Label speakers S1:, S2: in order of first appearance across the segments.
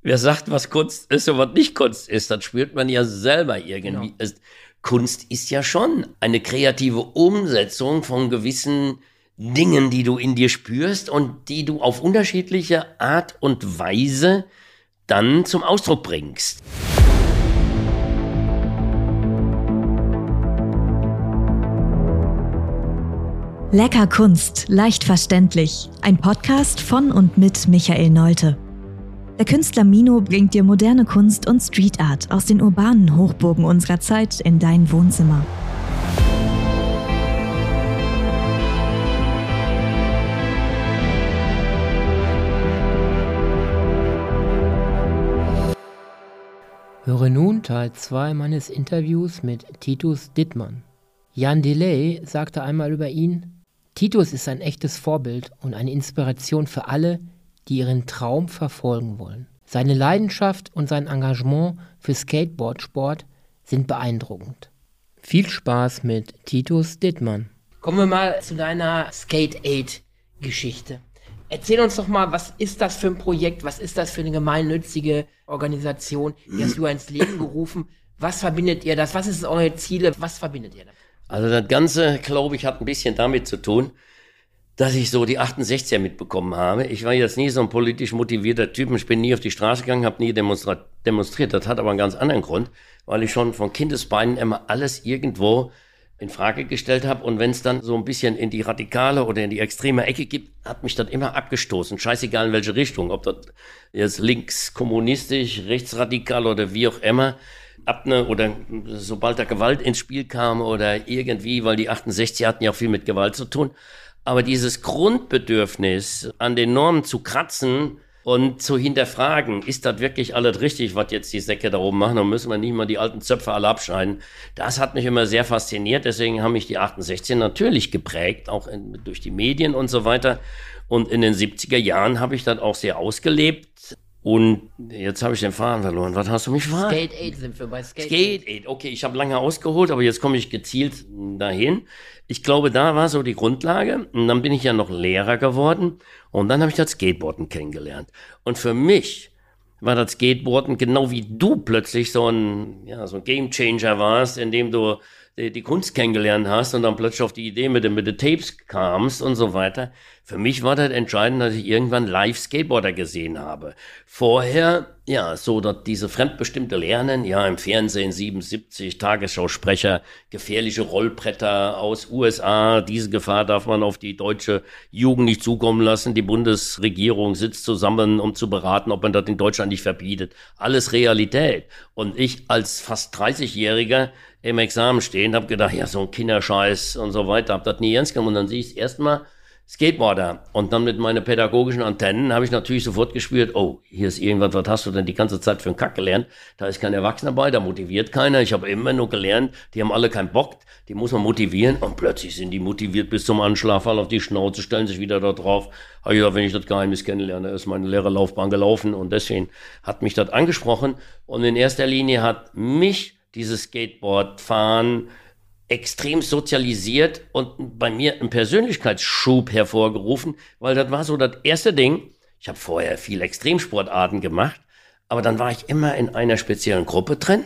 S1: Wer sagt, was Kunst ist und was nicht Kunst ist, das spürt man ja selber irgendwie. Genau. Kunst ist ja schon eine kreative Umsetzung von gewissen Dingen, die du in dir spürst und die du auf unterschiedliche Art und Weise dann zum Ausdruck bringst.
S2: Lecker Kunst, leicht verständlich. Ein Podcast von und mit Michael Nolte. Der Künstler Mino bringt dir moderne Kunst und Street Art aus den urbanen Hochburgen unserer Zeit in dein Wohnzimmer.
S3: Höre nun Teil 2 meines Interviews mit Titus Dittmann. Jan Delay sagte einmal über ihn: Titus ist ein echtes Vorbild und eine Inspiration für alle, die ihren Traum verfolgen wollen. Seine Leidenschaft und sein Engagement für Skateboardsport sind beeindruckend. Viel Spaß mit Titus Dittmann. Kommen wir mal zu deiner Skate-Aid-Geschichte. Erzähl uns doch mal, was ist das für ein Projekt, was ist das für eine gemeinnützige Organisation, die hast du ins Leben gerufen? Was verbindet ihr das? Was ist eure Ziele? Was verbindet ihr damit?
S1: Also das Ganze, glaube ich, hat ein bisschen damit zu tun, dass ich so die 68er mitbekommen habe. Ich war jetzt nie so ein politisch motivierter Typ. Ich bin nie auf die Straße gegangen, habe nie demonstriert. Das hat aber einen ganz anderen Grund, weil ich schon von Kindesbeinen immer alles irgendwo in Frage gestellt habe. Und wenn es dann so ein bisschen in die radikale oder in die extreme Ecke gibt, hat mich das immer abgestoßen. Scheißegal in welche Richtung, ob das jetzt links, kommunistisch, rechtsradikal oder wie auch immer. Oder sobald da Gewalt ins Spiel kam oder irgendwie, weil die 68 hatten ja auch viel mit Gewalt zu tun. Aber dieses Grundbedürfnis, an den Normen zu kratzen und zu hinterfragen, ist das wirklich alles richtig, was jetzt die Säcke da oben machen? Dann müssen wir nicht mal die alten Zöpfe alle abschneiden. Das hat mich immer sehr fasziniert. Deswegen haben mich die 68 natürlich geprägt, auch durch die Medien und so weiter. Und in den 70er Jahren habe ich das auch sehr ausgelebt. Und jetzt habe ich den Faden verloren. Was hast du mich gefragt?
S3: Skate Aid sind wir bei Skate
S1: Aid. Okay, ich habe lange ausgeholt, aber jetzt komme ich gezielt dahin. Ich glaube, da war so die Grundlage. Und dann bin ich ja noch Lehrer geworden. Und dann habe ich das Skateboarden kennengelernt. Und für mich war das Skateboarden genau wie du plötzlich so ein Gamechanger warst, indem du die Kunst kennengelernt hast und dann plötzlich auf die Idee mit den Tapes kamst und so weiter. Für mich war das entscheidend, dass ich irgendwann live Skateboarder gesehen habe. Vorher, so dass diese fremdbestimmte Lernen, im Fernsehen 77, Tagesschausprecher, gefährliche Rollbretter aus USA, diese Gefahr darf man auf die deutsche Jugend nicht zukommen lassen. Die Bundesregierung sitzt zusammen, um zu beraten, ob man das in Deutschland nicht verbietet. Alles Realität. Und ich als fast 30-Jähriger im Examen stehen, habe gedacht, so ein Kinderscheiß und so weiter, habe das nie ernst genommen. Und dann sehe ich erstmal Skateboarder. Und dann mit meinen pädagogischen Antennen habe ich natürlich sofort gespürt, oh, hier ist irgendwas, was hast du denn die ganze Zeit für einen Kack gelernt? Da ist kein Erwachsener dabei, da motiviert keiner. Ich habe immer nur gelernt, die haben alle keinen Bock, die muss man motivieren. Und plötzlich sind die motiviert bis zum Anschlag, fallen auf die Schnauze, stellen sich wieder da drauf. Habe ich gedacht, wenn ich das Geheimnis kennenlerne, ist meine Lehrerlaufbahn gelaufen. Und deswegen hat mich das angesprochen. Und in erster Linie hat mich dieses Skateboardfahren extrem sozialisiert und bei mir einen Persönlichkeitsschub hervorgerufen, weil das war so das erste Ding. Ich habe vorher viel Extremsportarten gemacht, aber dann war ich immer in einer speziellen Gruppe drin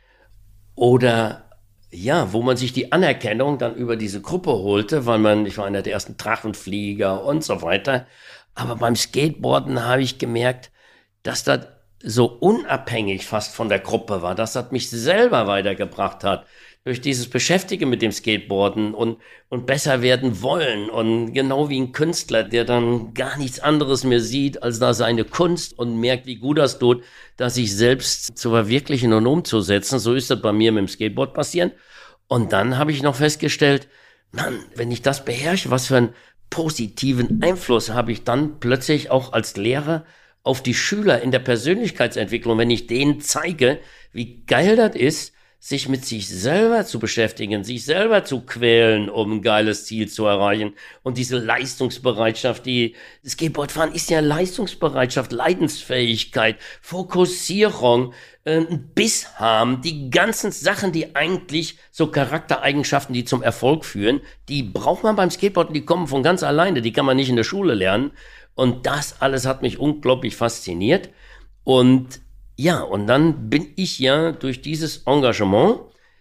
S1: oder wo man sich die Anerkennung dann über diese Gruppe holte, weil ich war einer der ersten Drachenflieger und so weiter. Aber beim Skateboarden habe ich gemerkt, dass das so unabhängig fast von der Gruppe war, dass das mich selber weitergebracht hat. Durch dieses Beschäftigen mit dem Skateboarden und besser werden wollen. Und genau wie ein Künstler, der dann gar nichts anderes mehr sieht, als da seine Kunst und merkt, wie gut das tut, das sich selbst zu verwirklichen und umzusetzen. So ist das bei mir mit dem Skateboard passiert. Und dann habe ich noch festgestellt, Mann, wenn ich das beherrsche, was für einen positiven Einfluss habe ich dann plötzlich auch als Lehrer auf die Schüler in der Persönlichkeitsentwicklung, wenn ich denen zeige, wie geil das ist, sich mit sich selber zu beschäftigen, sich selber zu quälen, um ein geiles Ziel zu erreichen. Und diese Leistungsbereitschaft, Skateboardfahren ist ja Leistungsbereitschaft, Leidensfähigkeit, Fokussierung, Biss haben, die ganzen Sachen, die eigentlich so Charaktereigenschaften, die zum Erfolg führen, die braucht man beim Skateboarden, die kommen von ganz alleine, die kann man nicht in der Schule lernen. Und das alles hat mich unglaublich fasziniert. Und ja, und dann bin ich ja durch dieses Engagement,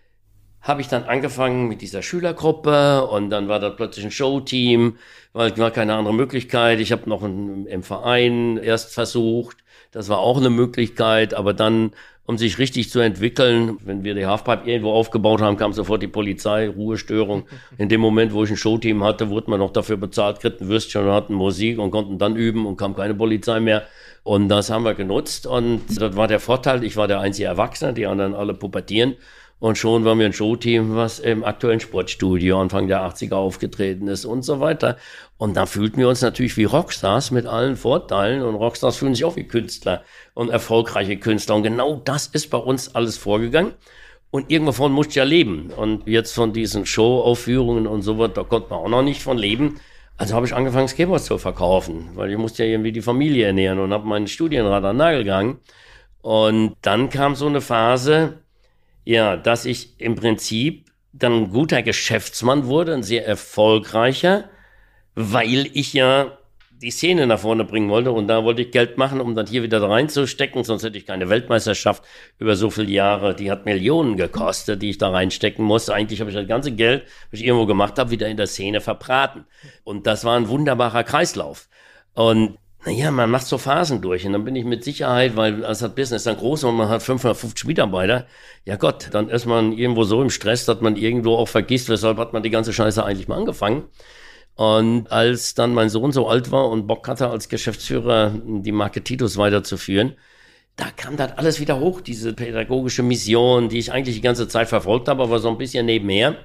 S1: habe ich dann angefangen mit dieser Schülergruppe und dann war da plötzlich ein Showteam, weil war keine andere Möglichkeit. Ich habe noch im Verein erst versucht, das war auch eine Möglichkeit, aber dann, um sich richtig zu entwickeln, wenn wir die Halfpipe irgendwo aufgebaut haben, kam sofort die Polizei, Ruhestörung. In dem Moment, wo ich ein Showteam hatte, wurde man noch dafür bezahlt, kriegten Würstchen und hatten Musik und konnten dann üben und kam keine Polizei mehr. Und das haben wir genutzt und das war der Vorteil, ich war der einzige Erwachsene, die anderen alle pubertieren. Und schon waren wir ein Showteam, was im aktuellen Sportstudio Anfang der 80er aufgetreten ist und so weiter. Und da fühlten wir uns natürlich wie Rockstars mit allen Vorteilen. Und Rockstars fühlen sich auch wie Künstler und erfolgreiche Künstler. Und genau das ist bei uns alles vorgegangen. Und irgendwann musste ich ja leben. Und jetzt von diesen Showaufführungen und so weiter, da konnte man auch noch nicht von leben. Also habe ich angefangen, Skateboards zu verkaufen, weil ich musste ja irgendwie die Familie ernähren und habe meinen Studienrat an den Nagel gehangen. Und dann kam so eine Phase, ja, dass ich im Prinzip dann ein guter Geschäftsmann wurde, ein sehr erfolgreicher, weil ich ja die Szene nach vorne bringen wollte und da wollte ich Geld machen, um dann hier wieder reinzustecken, sonst hätte ich keine Weltmeisterschaft über so viele Jahre, die hat Millionen gekostet, die ich da reinstecken musste. Eigentlich habe ich das ganze Geld, was ich irgendwo gemacht habe, wieder in der Szene verbraten. Und das war ein wunderbarer Kreislauf. Und naja, man macht so Phasen durch und dann bin ich mit Sicherheit, weil als das Business dann groß und man hat 550 Mitarbeiter, ja Gott, dann ist man irgendwo so im Stress, dass man irgendwo auch vergisst, weshalb hat man die ganze Scheiße eigentlich mal angefangen. Und als dann mein Sohn so alt war und Bock hatte, als Geschäftsführer die Marke Titus weiterzuführen, da kam das alles wieder hoch, diese pädagogische Mission, die ich eigentlich die ganze Zeit verfolgt habe, aber so ein bisschen nebenher.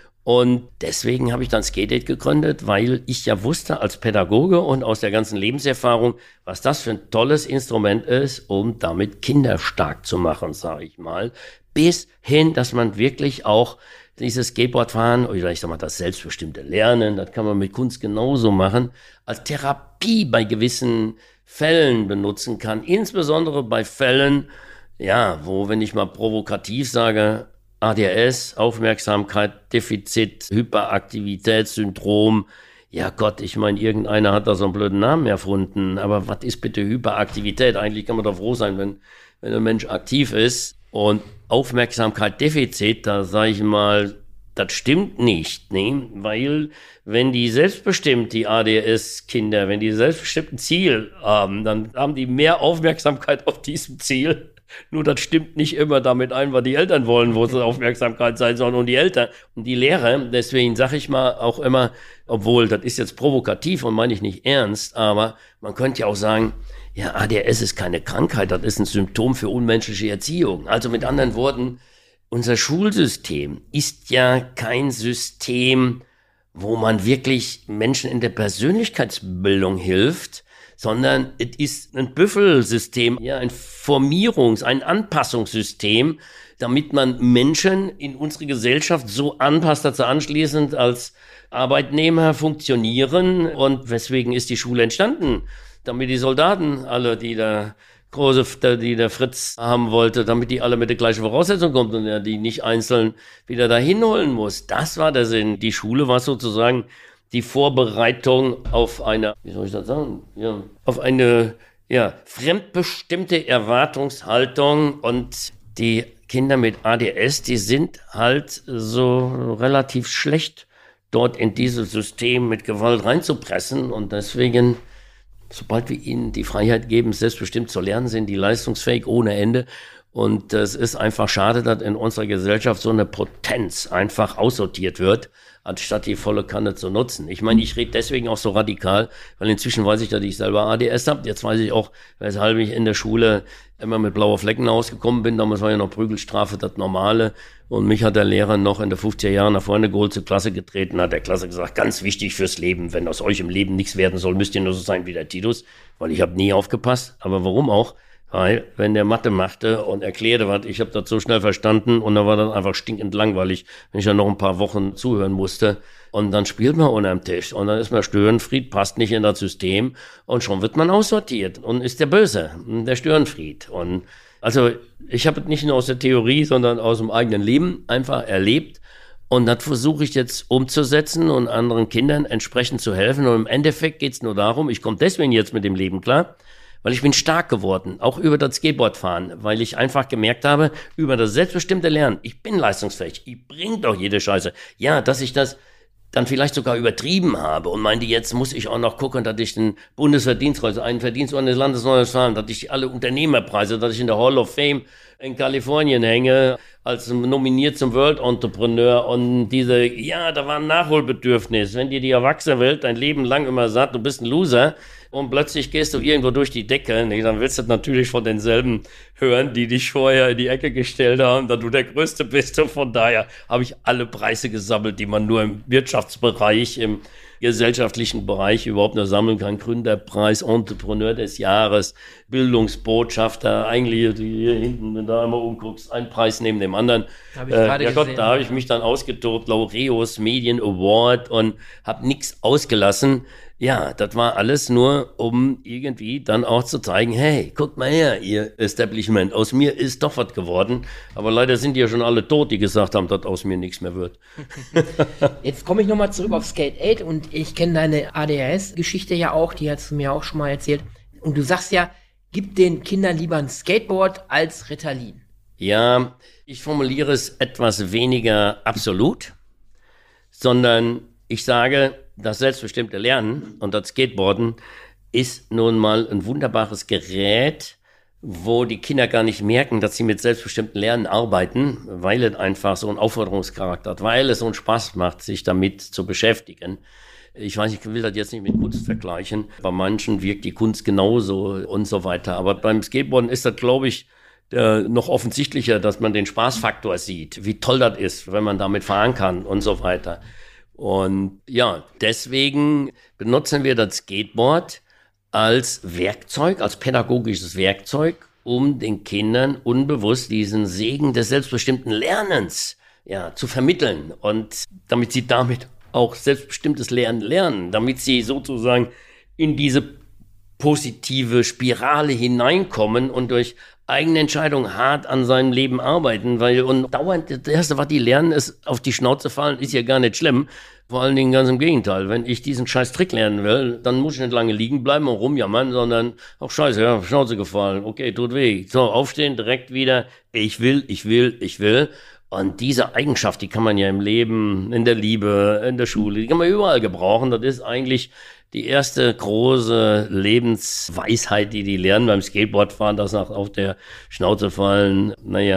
S1: Und deswegen habe ich dann Skate-Date gegründet, weil ich ja wusste als Pädagoge und aus der ganzen Lebenserfahrung, was das für ein tolles Instrument ist, um damit Kinder stark zu machen, sage ich mal. Bis hin, dass man wirklich auch dieses Skateboardfahren oder ich sag mal das selbstbestimmte Lernen, das kann man mit Kunst genauso machen, als Therapie bei gewissen Fällen benutzen kann. Insbesondere bei Fällen, ja, wo, wenn ich mal provokativ sage, ADHS, Aufmerksamkeit, Defizit, Hyperaktivitätssyndrom. Ja Gott, ich meine, irgendeiner hat da so einen blöden Namen erfunden. Aber was ist bitte Hyperaktivität? Eigentlich kann man doch froh sein, wenn ein Mensch aktiv ist. Und Aufmerksamkeit, Defizit, da sage ich mal, das stimmt nicht, ne? Weil wenn die selbstbestimmt, die ADHS-Kinder, wenn die selbstbestimmt ein Ziel haben, dann haben die mehr Aufmerksamkeit auf diesem Ziel. Nur das stimmt nicht immer damit ein, was die Eltern wollen, wo es Aufmerksamkeit sein soll und die Eltern und die Lehrer. Deswegen sage ich mal auch immer, obwohl das ist jetzt provokativ und meine ich nicht ernst, aber man könnte ja auch sagen, ja, ADHS ist keine Krankheit, das ist ein Symptom für unmenschliche Erziehung. Also mit anderen Worten, unser Schulsystem ist ja kein System, wo man wirklich Menschen in der Persönlichkeitsbildung hilft, sondern es ist ein Büffelsystem, ja, ein ein Anpassungssystem, damit man Menschen in unsere Gesellschaft so anpasst, dass sie anschließend als Arbeitnehmer funktionieren. Und weswegen ist die Schule entstanden? Damit die Soldaten alle, die der Fritz haben wollte, damit die alle mit der gleichen Voraussetzung kommt und er die nicht einzeln wieder dahin holen muss. Das war der Sinn. Die Schule war sozusagen die Vorbereitung auf eine, wie soll ich das sagen? Ja, auf eine, ja, fremdbestimmte Erwartungshaltung und die Kinder mit ADS, die sind halt so relativ schlecht, dort in dieses System mit Gewalt reinzupressen und deswegen, sobald wir ihnen die Freiheit geben, selbstbestimmt zu lernen, sind die leistungsfähig ohne Ende. Und es ist einfach schade, dass in unserer Gesellschaft so eine Potenz einfach aussortiert wird, anstatt die volle Kanne zu nutzen. Ich meine, ich rede deswegen auch so radikal, weil inzwischen weiß ich, dass ich selber ADS habe. Jetzt weiß ich auch, weshalb ich in der Schule immer mit blauen Flecken ausgekommen bin. Damals war ja noch Prügelstrafe das Normale. Und mich hat der Lehrer noch in den 50er Jahren nach vorne geholt, zur Klasse getreten, hat der Klasse gesagt, ganz wichtig fürs Leben, wenn aus euch im Leben nichts werden soll, müsst ihr nur so sein wie der Titus. Weil ich habe nie aufgepasst. Aber warum auch? Weil, wenn der Mathe machte und erklärte was, ich habe das so schnell verstanden und dann war das einfach stinkend langweilig, wenn ich dann noch ein paar Wochen zuhören musste. Und dann spielt man unterm Tisch und dann ist man Störenfried, passt nicht in das System und schon wird man aussortiert und ist der Böse, der Störenfried. Und also ich habe es nicht nur aus der Theorie, sondern aus dem eigenen Leben einfach erlebt. Und das versuche ich jetzt umzusetzen und anderen Kindern entsprechend zu helfen. Und im Endeffekt geht es nur darum, ich komme deswegen jetzt mit dem Leben klar, weil ich bin stark geworden, auch über das Skateboardfahren, weil ich einfach gemerkt habe, über das selbstbestimmte Lernen, ich bin leistungsfähig, ich bringe doch jede Scheiße. Ja, dass ich das dann vielleicht sogar übertrieben habe und meinte, jetzt muss ich auch noch gucken, dass ich den Bundesverdienstkreuz, einen Verdienstorden des Landes Nordrhein-Westfalen, dass ich alle Unternehmerpreise, dass ich in der Hall of Fame in Kalifornien hänge, als nominiert zum World Entrepreneur und da war ein Nachholbedürfnis. Wenn dir die Erwachsenenwelt dein Leben lang immer sagt, du bist ein Loser und plötzlich gehst du irgendwo durch die Decke, dann willst du natürlich von denselben hören, die dich vorher in die Ecke gestellt haben, dass du der Größte bist. Und von daher habe ich alle Preise gesammelt, die man nur im Wirtschaftsbereich, im gesellschaftlichen Bereich überhaupt nur sammeln kann. Gründerpreis, Entrepreneur des Jahres, Bildungsbotschafter, eigentlich hier hinten, wenn du da einmal umguckst, ein Preis neben dem anderen. Da habe ich mich dann ausgetobt, Laureus Medien Award und habe nichts ausgelassen. Ja, das war alles nur, um irgendwie dann auch zu zeigen, hey, guckt mal her, ihr Establishment, aus mir ist doch was geworden. Aber leider sind die ja schon alle tot, die gesagt haben, dass aus mir nichts mehr wird.
S3: Jetzt komme ich nochmal zurück auf Skate 8 und ich kenne deine ADHS-Geschichte ja auch, die hast du mir auch schon mal erzählt. Und du sagst ja, gib den Kindern lieber ein Skateboard als Ritalin.
S1: Ja, ich formuliere es etwas weniger absolut, sondern ich sage, das selbstbestimmte Lernen und das Skateboarden ist nun mal ein wunderbares Gerät, wo die Kinder gar nicht merken, dass sie mit selbstbestimmtem Lernen arbeiten, weil es einfach so einen Aufforderungscharakter hat, weil es so einen Spaß macht, sich damit zu beschäftigen. Ich weiß, ich will das jetzt nicht mit Kunst vergleichen. Bei manchen wirkt die Kunst genauso und so weiter. Aber beim Skateboarden ist das, glaube ich, noch offensichtlicher, dass man den Spaßfaktor sieht, wie toll das ist, wenn man damit fahren kann und so weiter. Und ja, deswegen benutzen wir das Skateboard als Werkzeug, als pädagogisches Werkzeug, um den Kindern unbewusst diesen Segen des selbstbestimmten Lernens zu vermitteln und damit sie damit auch selbstbestimmtes Lernen lernen, damit sie sozusagen in diese positive Spirale hineinkommen und durch eigene Entscheidung hart an seinem Leben arbeiten, weil und dauernd, das Erste, was die lernen, ist auf die Schnauze fallen, ist ja gar nicht schlimm. Vor allen Dingen ganz im Gegenteil. Wenn ich diesen scheiß Trick lernen will, dann muss ich nicht lange liegen bleiben und rumjammern, sondern, ach scheiße, ja, Schnauze gefallen, okay, tut weh. So, aufstehen, direkt wieder, ich will. Und diese Eigenschaft, die kann man ja im Leben, in der Liebe, in der Schule, die kann man überall gebrauchen. Das ist eigentlich die erste große Lebensweisheit, die lernen beim Skateboardfahren, das nach auf der Schnauze fallen,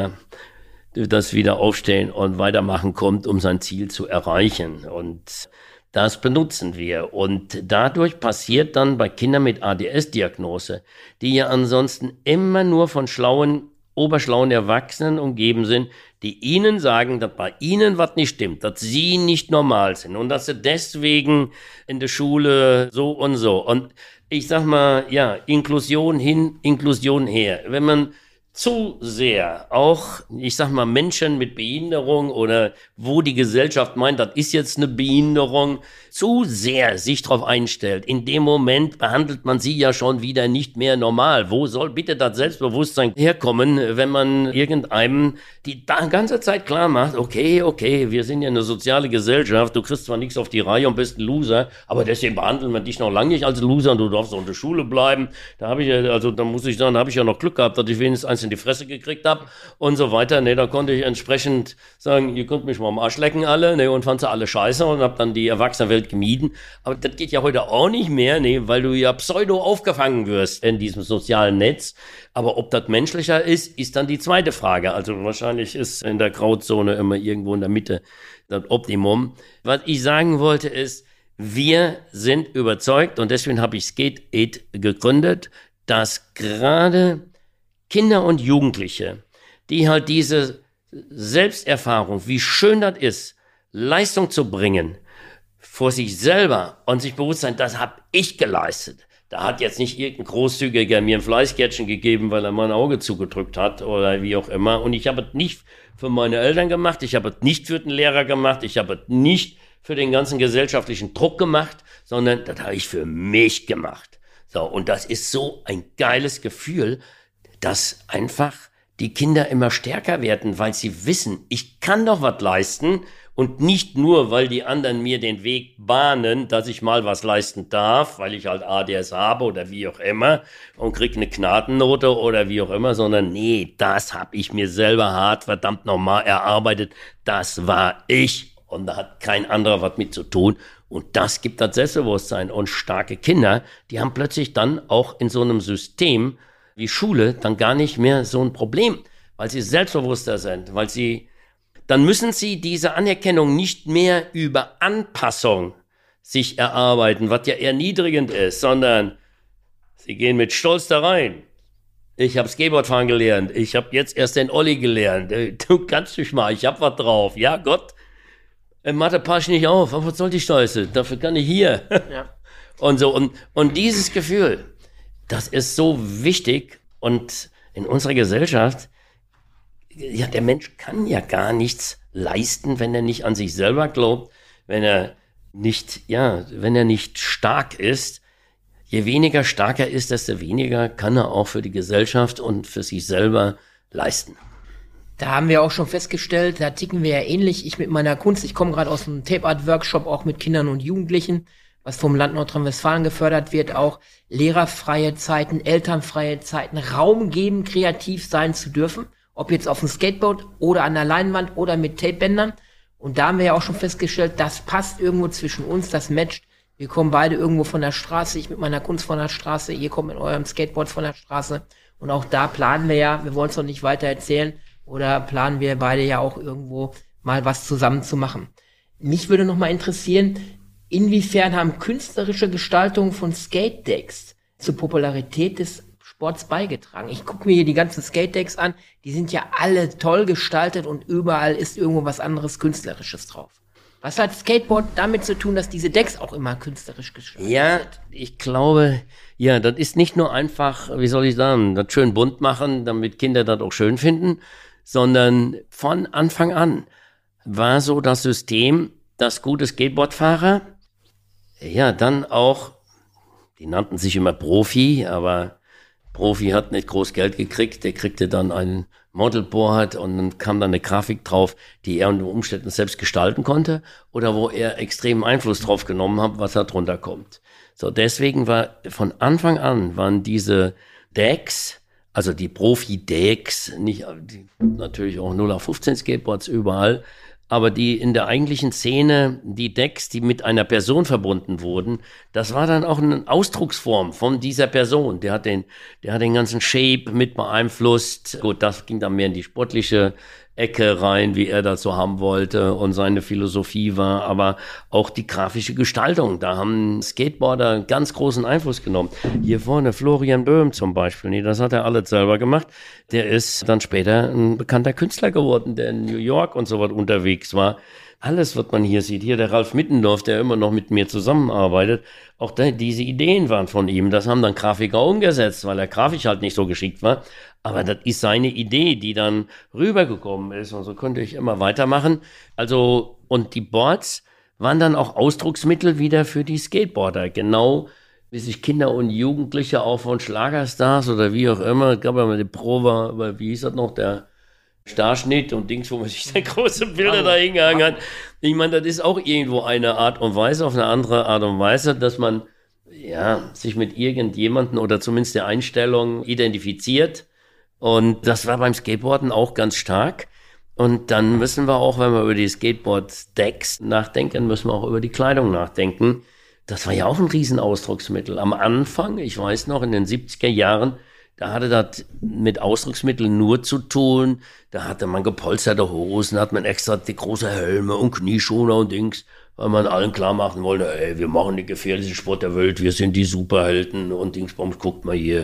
S1: das wieder aufstehen und weitermachen kommt, um sein Ziel zu erreichen. Und das benutzen wir. Und dadurch passiert dann bei Kindern mit ADS-Diagnose, die ja ansonsten immer nur von oberschlauen Erwachsenen umgeben sind, die ihnen sagen, dass bei ihnen was nicht stimmt, dass sie nicht normal sind und dass sie deswegen in der Schule so und so. Und ich sag mal, ja, Inklusion hin, Inklusion her. Wenn man zu sehr auch, ich sag mal, Menschen mit Behinderung oder wo die Gesellschaft meint, das ist jetzt eine Behinderung, zu sehr sich drauf einstellt. In dem Moment behandelt man sie ja schon wieder nicht mehr normal. Wo soll bitte das Selbstbewusstsein herkommen, wenn man irgendeinem die ganze Zeit klar macht, okay, wir sind ja eine soziale Gesellschaft, du kriegst zwar nichts auf die Reihe und bist ein Loser, aber deswegen behandeln wir dich noch lange nicht als Loser und du darfst auch in der Schule bleiben. Da muss ich sagen, da habe ich ja noch Glück gehabt, dass ich wenigstens eins in die Fresse gekriegt habe und so weiter. Da konnte ich entsprechend sagen, ihr könnt mich mal am Arsch lecken alle, und fand sie alle scheiße und hab dann die Erwachsenenwelt gemieden. Aber das geht ja heute auch nicht mehr, weil du ja pseudo aufgefangen wirst in diesem sozialen Netz. Aber ob das menschlicher ist dann die zweite Frage. Also wahrscheinlich ist in der Grauzone immer irgendwo in der Mitte das Optimum. Was ich sagen wollte ist, wir sind überzeugt und deswegen habe ich Skate 8 gegründet, dass gerade Kinder und Jugendliche, die halt diese Selbsterfahrung, wie schön das ist, Leistung zu bringen, vor sich selber und sich bewusst sein, das habe ich geleistet. Da hat jetzt nicht irgendein Großzügiger mir ein Fleißkärtchen gegeben, weil er mein Auge zugedrückt hat oder wie auch immer. Und ich habe es nicht für meine Eltern gemacht, ich habe es nicht für den Lehrer gemacht, ich habe es nicht für den ganzen gesellschaftlichen Druck gemacht, sondern das habe ich für mich gemacht. So, und das ist so ein geiles Gefühl, dass einfach die Kinder immer stärker werden, weil sie wissen, ich kann doch was leisten Und nicht nur, weil die anderen mir den Weg bahnen, dass ich mal was leisten darf, weil ich halt ADS habe oder wie auch immer und krieg eine Gnadennote oder wie auch immer, sondern nee, das habe ich mir selber hart verdammt nochmal erarbeitet. Das war ich und da hat kein anderer was mit zu tun. Und das gibt das Selbstbewusstsein. Und starke Kinder, die haben plötzlich dann auch in so einem System wie Schule dann gar nicht mehr so ein Problem, weil sie selbstbewusster sind, dann müssen sie diese Anerkennung nicht mehr über Anpassung sich erarbeiten, was ja erniedrigend ist, sondern sie gehen mit Stolz da rein. Ich habe Skateboardfahren gelernt, ich habe jetzt erst den Olli gelernt, du kannst dich mal, ich hab was drauf, ja Gott, Mathe passe ich nicht auf, aber was soll die Scheiße, dafür kann ich hier. Ja. Und so, und dieses Gefühl, das ist so wichtig und in unserer Gesellschaft, ja, der Mensch kann ja gar nichts leisten, wenn er nicht an sich selber glaubt, wenn er nicht stark ist. Je weniger stark er ist, desto weniger kann er auch für die Gesellschaft und für sich selber leisten.
S3: Da haben wir auch schon festgestellt, da ticken wir ja ähnlich. Ich mit meiner Kunst, ich komme gerade aus einem Tape-Art-Workshop, auch mit Kindern und Jugendlichen, was vom Land Nordrhein-Westfalen gefördert wird, auch lehrerfreie Zeiten, elternfreie Zeiten, Raum geben, kreativ sein zu dürfen. Ob jetzt auf dem Skateboard oder an der Leinwand oder mit Tapebändern. Und da haben wir ja auch schon festgestellt, das passt irgendwo zwischen uns, das matcht. Wir kommen beide irgendwo von der Straße, ich mit meiner Kunst von der Straße, ihr kommt mit eurem Skateboard von der Straße. Und auch da planen wir ja, wir wollen es noch nicht weiter erzählen, oder planen wir beide ja auch irgendwo mal was zusammen zu machen. Mich würde noch mal interessieren, inwiefern haben künstlerische Gestaltungen von Skate-Decks zur Popularität des Sports beigetragen. Ich gucke mir hier die ganzen Skate-Decks an, die sind ja alle toll gestaltet und überall ist irgendwo was anderes Künstlerisches drauf. Was hat Skateboard damit zu tun, dass diese Decks auch immer künstlerisch gestaltet sind?
S1: Ja, ich glaube, ja, das ist nicht nur einfach, wie soll ich sagen, das schön bunt machen, damit Kinder das auch schön finden, sondern von Anfang an war so das System, dass gute Skateboardfahrer, ja, dann auch, die nannten sich immer Profi, aber Profi hat nicht groß Geld gekriegt, der kriegte dann ein Modelboard und dann kam dann eine Grafik drauf, die er unter Umständen selbst gestalten konnte oder wo er extremen Einfluss drauf genommen hat, was da drunter kommt. So, deswegen war von Anfang an waren diese Decks, also die Profi-Decks, natürlich auch 0-15 Skateboards überall, aber die in der eigentlichen Szene, die Decks, die mit einer Person verbunden wurden, das war dann auch eine Ausdrucksform von dieser Person. Der hat den ganzen Shape mit beeinflusst. Gut, das ging dann mehr in die sportliche Ecke rein, wie er das so haben wollte und seine Philosophie war, aber auch die grafische Gestaltung. Da haben Skateboarder einen ganz großen Einfluss genommen. Hier vorne Florian Böhm zum Beispiel, nee, das hat er alles selber gemacht. Der ist dann später ein bekannter Künstler geworden, der in New York und so was unterwegs war. Alles, was man hier sieht, hier der Ralf Mittendorf, der immer noch mit mir zusammenarbeitet, auch diese Ideen waren von ihm. Das haben dann Grafiker umgesetzt, weil er grafisch halt nicht so geschickt war. Aber das ist seine Idee, die dann rübergekommen ist. Und so könnte ich immer weitermachen. Also, und die Boards waren dann auch Ausdrucksmittel wieder für die Skateboarder. Genau wie sich Kinder und Jugendliche auch von Schlagerstars oder wie auch immer, es gab ja mal die Probe, aber wie hieß das noch, der Starschnitt und Dings, wo man sich dann große Bilder da hingehangen hat. Ich meine, das ist auch irgendwo eine Art und Weise, auf eine andere Art und Weise, dass man ja sich mit irgendjemandem oder zumindest der Einstellung identifiziert. Und das war beim Skateboarden auch ganz stark. Und dann müssen wir auch, wenn wir über die Skateboard-Decks nachdenken, müssen wir auch über die Kleidung nachdenken. Das war ja auch ein Riesenausdrucksmittel. Am Anfang, ich weiß noch, in den 70er Jahren, da hatte das mit Ausdrucksmitteln nur zu tun. Da hatte man gepolsterte Hosen, hat man extra die große Helme und Knieschoner und Dings, weil man allen klar machen wollte, ey, wir machen den gefährlichsten Sport der Welt, wir sind die Superhelden und Dingsbums, guckt mal hier.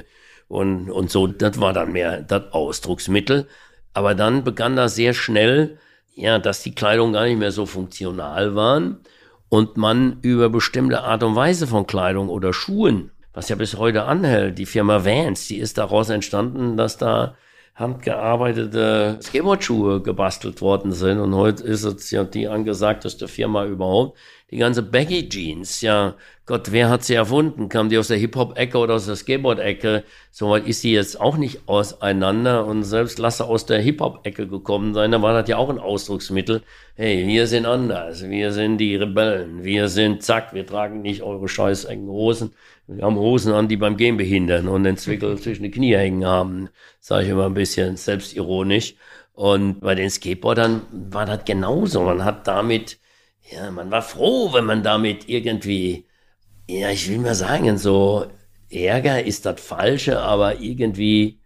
S1: Und so, das war dann mehr das Ausdrucksmittel. Aber dann begann das sehr schnell, ja, dass die Kleidung gar nicht mehr so funktional waren und man über bestimmte Art und Weise von Kleidung oder Schuhen, was ja bis heute anhält, die Firma Vans, die ist daraus entstanden, dass da handgearbeitete Skateboardschuhe gebastelt worden sind und heute ist es ja die angesagteste Firma überhaupt. die ganze Baggy Jeans, ja, Gott, wer hat sie erfunden? Kam die aus der Hip-Hop-Ecke oder aus der Skateboard-Ecke? Soweit ist sie jetzt auch nicht auseinander und selbst lasse aus der Hip-Hop-Ecke gekommen sein, da war das ja auch ein Ausdrucksmittel. Hey, wir sind anders, wir sind die Rebellen, wir sind zack, wir tragen nicht eure scheiß engen Hosen. Wir haben Hosen an, die beim Gehen behindern und den Zwickel zwischen die Knie hängen haben, sage ich immer ein bisschen selbstironisch. Und bei den Skateboardern war das genauso. Man hat damit, ja, man war froh, wenn man damit irgendwie, ja, ich will mal sagen, so Ärger ist das Falsche, aber irgendwie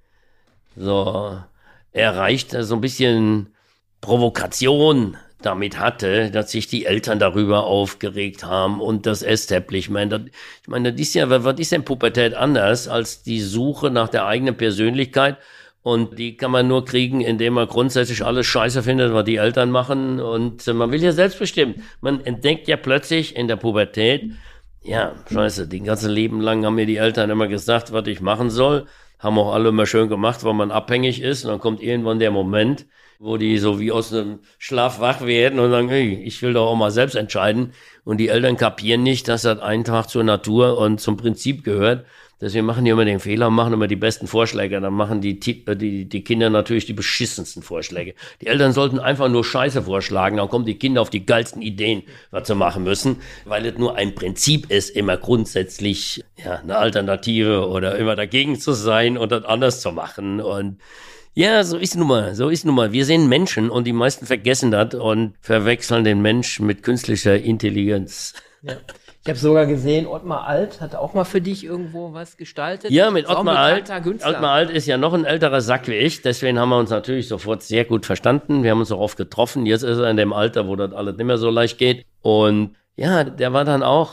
S1: so erreicht so ein bisschen Provokation damit hatte, dass sich die Eltern darüber aufgeregt haben und das Establishment. Ich meine, das ist ja, was ist denn Pubertät anders als die Suche nach der eigenen Persönlichkeit? Und die kann man nur kriegen, indem man grundsätzlich alles scheiße findet, was die Eltern machen. Und man will ja selbstbestimmt. Man entdeckt ja plötzlich in der Pubertät, ja, scheiße, die ganze Leben lang haben mir die Eltern immer gesagt, was ich machen soll. Haben auch alle immer schön gemacht, weil man abhängig ist. Und dann kommt irgendwann der Moment, wo die so wie aus einem Schlaf wach werden und sagen, hey, ich will doch auch mal selbst entscheiden. Und die Eltern kapieren nicht, dass das einfach zur Natur und zum Prinzip gehört. Deswegen machen die immer den Fehler, machen immer die besten Vorschläge. Dann machen die Kinder natürlich die beschissensten Vorschläge. Die Eltern sollten einfach nur Scheiße vorschlagen. Dann kommen die Kinder auf die geilsten Ideen, was sie machen müssen. Weil es nur ein Prinzip ist, immer grundsätzlich ja eine Alternative oder immer dagegen zu sein und das anders zu machen. Und ja, so ist nun mal. Wir sind Menschen und die meisten vergessen das und verwechseln den Mensch mit künstlicher Intelligenz.
S3: Ja. Ich habe sogar gesehen, Ottmar Alt hat auch mal für dich irgendwo was gestaltet.
S1: Ja, mit Ottmar Alt. Ottmar Alt ist ja noch ein älterer Sack wie ich, deswegen haben wir uns natürlich sofort sehr gut verstanden. Wir haben uns auch oft getroffen. Jetzt ist er in dem Alter, wo das alles nicht mehr so leicht geht. Und ja, der war dann auch,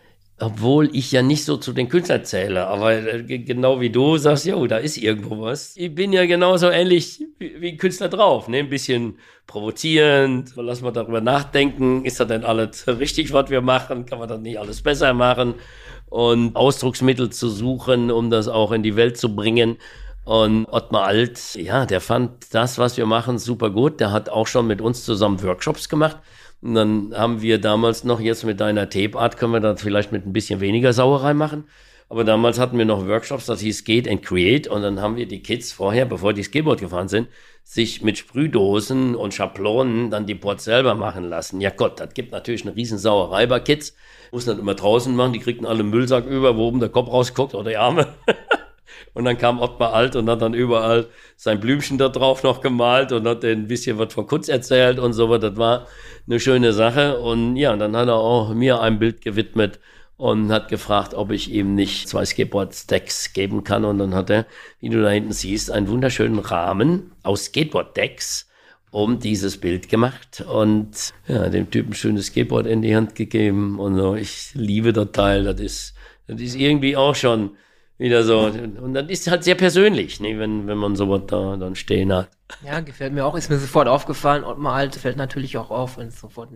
S1: obwohl ich ja nicht so zu den Künstlern zähle, aber genau wie du sagst, jo, da ist irgendwo was. Ich bin ja genauso ähnlich wie ein Künstler drauf, ne? Ein bisschen provozierend, lass mal darüber nachdenken, ist das denn alles richtig, was wir machen, kann man das nicht alles besser machen und Ausdrucksmittel zu suchen, um das auch in die Welt zu bringen. Und Ottmar Alt, ja, der fand das, was wir machen, super gut. Der hat auch schon mit uns zusammen Workshops gemacht. Und dann haben wir damals noch, jetzt mit deiner Tape Art, können wir das vielleicht mit ein bisschen weniger Sauerei machen. Aber damals hatten wir noch Workshops, das hieß Skate and Create. Und dann haben wir die Kids vorher, bevor die Skateboard gefahren sind, sich mit Sprühdosen und Schablonen dann die Boards selber machen lassen. Ja Gott, das gibt natürlich eine riesen Sauerei bei Kids. Muss dann immer draußen machen, die kriegten alle einen Müllsack über, wo oben der Kopf rausguckt oder die Arme. Und dann kam Ottmar Alt und hat dann überall sein Blümchen da drauf noch gemalt und hat denen ein bisschen was von Kunst erzählt und so. Das war eine schöne Sache. Und ja, dann hat er auch mir ein Bild gewidmet und hat gefragt, ob ich ihm nicht 2 Skateboard-Decks geben kann. Und dann hat er, wie du da hinten siehst, einen wunderschönen Rahmen aus Skateboard-Decks um dieses Bild gemacht und ja, dem Typen ein schönes Skateboard in die Hand gegeben. Und so, ich liebe das Teil. Das ist irgendwie auch schon wieder so, und dann ist es halt sehr persönlich, ne, wenn man sowas da dann stehen hat.
S3: Ja, gefällt mir auch, ist mir sofort aufgefallen. Ottmar Alt fällt natürlich auch auf, wenn es sofort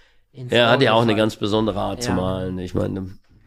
S1: er hat ja auch eine ganz besondere Art zu malen, ich meine.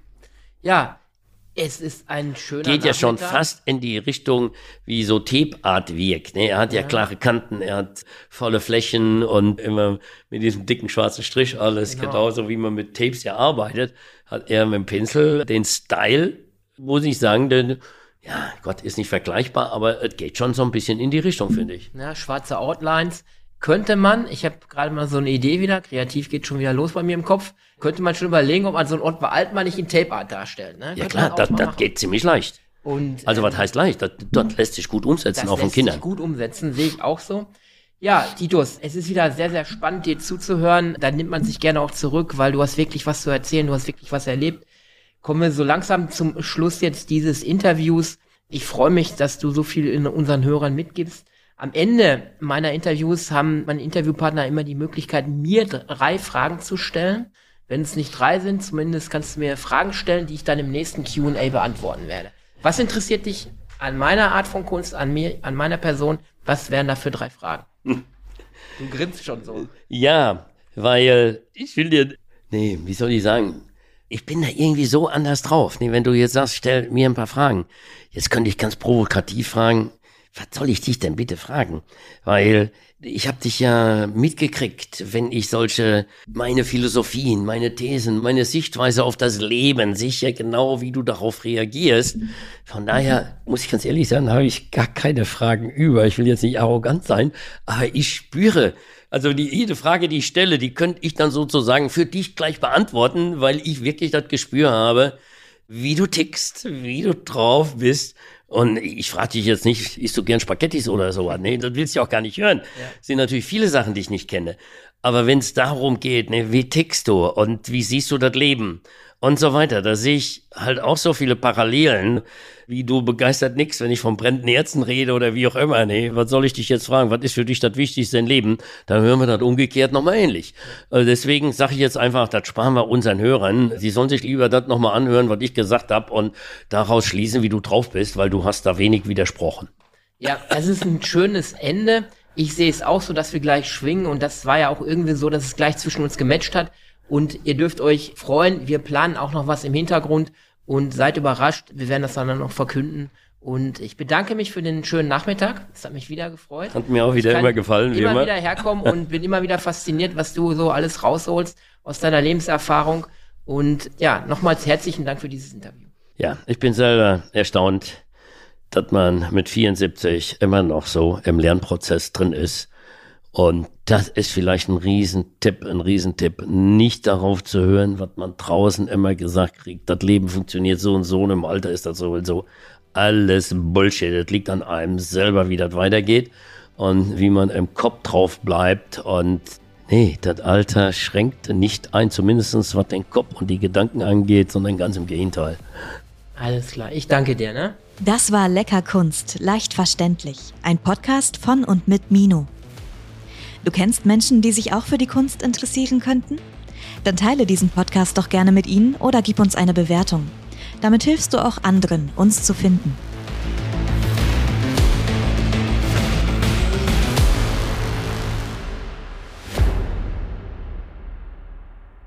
S3: Ja, es ist ein schöner
S1: geht ja schon fast in die Richtung, wie so Tape Art wirkt, ne, er hat ja klare Kanten, er hat volle Flächen und immer mit diesem dicken schwarzen Strich alles, genauso wie man mit Tapes ja arbeitet, hat er mit dem Pinsel den Style, muss ich sagen, denn, ja, Gott, ist nicht vergleichbar, aber es geht schon so ein bisschen in die Richtung, finde ich.
S3: Ja, schwarze Outlines. Könnte man, ich habe gerade mal so eine Idee wieder, kreativ geht schon wieder los bei mir im Kopf, könnte man schon überlegen, ob man so ein Ottmar Alt mal nicht in Tape Art darstellt. Ne?
S1: Ja klar, das geht ziemlich leicht.
S3: Und,
S1: also was heißt leicht? Das lässt sich gut umsetzen, auch von Kindern.
S3: Das lässt sich gut umsetzen, sehe ich auch so. Ja, Titus, es ist wieder sehr, sehr spannend, dir zuzuhören. Da nimmt man sich gerne auch zurück, weil du hast wirklich was zu erzählen, du hast wirklich was erlebt. Kommen wir so langsam zum Schluss jetzt dieses Interviews. Ich freue mich, dass du so viel in unseren Hörern mitgibst. Am Ende meiner Interviews haben meine Interviewpartner immer die Möglichkeit, mir 3 Fragen zu stellen. Wenn es nicht 3 sind, zumindest kannst du mir Fragen stellen, die ich dann im nächsten Q&A beantworten werde. Was interessiert dich an meiner Art von Kunst, an mir, an meiner Person? Was wären da für 3 Fragen? Du grinst schon so.
S1: Ja, weil ich will dir, wie soll ich sagen, ich bin da irgendwie so anders drauf. Nee, wenn du jetzt sagst, stell mir ein paar Fragen. Jetzt könnte ich ganz provokativ fragen, was soll ich dich denn bitte fragen? Weil ich habe dich ja mitgekriegt, wenn ich meine Philosophien, meine Thesen, meine Sichtweise auf das Leben, sicher genau, wie du darauf reagierst. Von daher muss ich ganz ehrlich sagen, habe ich gar keine Fragen über. Ich will jetzt nicht arrogant sein, aber ich spüre, also jede Frage, die ich stelle, die könnte ich dann sozusagen für dich gleich beantworten, weil ich wirklich das Gespür habe, wie du tickst, wie du drauf bist. Und ich frage dich jetzt nicht, isst du gern Spaghettis oder so? Nee, das willst du auch gar nicht hören. Es sind natürlich viele Sachen, die ich nicht kenne. Aber wenn es darum geht, ne, wie tickst du und wie siehst du das Leben und so weiter, da sehe ich halt auch so viele Parallelen, wie du begeistert nix, wenn ich von brennenden Herzen rede oder wie auch immer. Nee, was soll ich dich jetzt fragen? Was ist für dich das Wichtigste im Leben? Dann hören wir das umgekehrt nochmal ähnlich. Deswegen sage ich jetzt einfach, das sparen wir unseren Hörern. Sie sollen sich lieber das nochmal anhören, was ich gesagt habe und daraus schließen, wie du drauf bist, weil du hast da wenig widersprochen.
S3: Ja, es ist ein schönes Ende. Ich sehe es auch so, dass wir gleich schwingen und das war ja auch irgendwie so, dass es gleich zwischen uns gematcht hat. Und ihr dürft euch freuen, wir planen auch noch was im Hintergrund und seid überrascht, wir werden das dann noch verkünden. Und ich bedanke mich für den schönen Nachmittag, es hat mich wieder gefreut.
S1: Hat mir auch wieder immer gefallen,
S3: wie immer. Ich kann wieder herkommen und bin immer wieder fasziniert, was du so alles rausholst aus deiner Lebenserfahrung. Und ja, nochmals herzlichen Dank für dieses Interview.
S1: Ja, ich bin selber erstaunt, dass man mit 74 immer noch so im Lernprozess drin ist. Und das ist vielleicht ein Riesentipp, nicht darauf zu hören, was man draußen immer gesagt kriegt. Das Leben funktioniert so und so und im Alter ist das so und so. Alles Bullshit. Das liegt an einem selber, wie das weitergeht und wie man im Kopf drauf bleibt. Und nee, das Alter schränkt nicht ein, zumindest was den Kopf und die Gedanken angeht, sondern ganz im Gegenteil.
S3: Alles klar, ich danke dir, ne?
S2: Das war Lecker Kunst, leicht verständlich. Ein Podcast von und mit Mino. Du kennst Menschen, die sich auch für die Kunst interessieren könnten? Dann teile diesen Podcast doch gerne mit ihnen oder gib uns eine Bewertung. Damit hilfst du auch anderen, uns zu finden.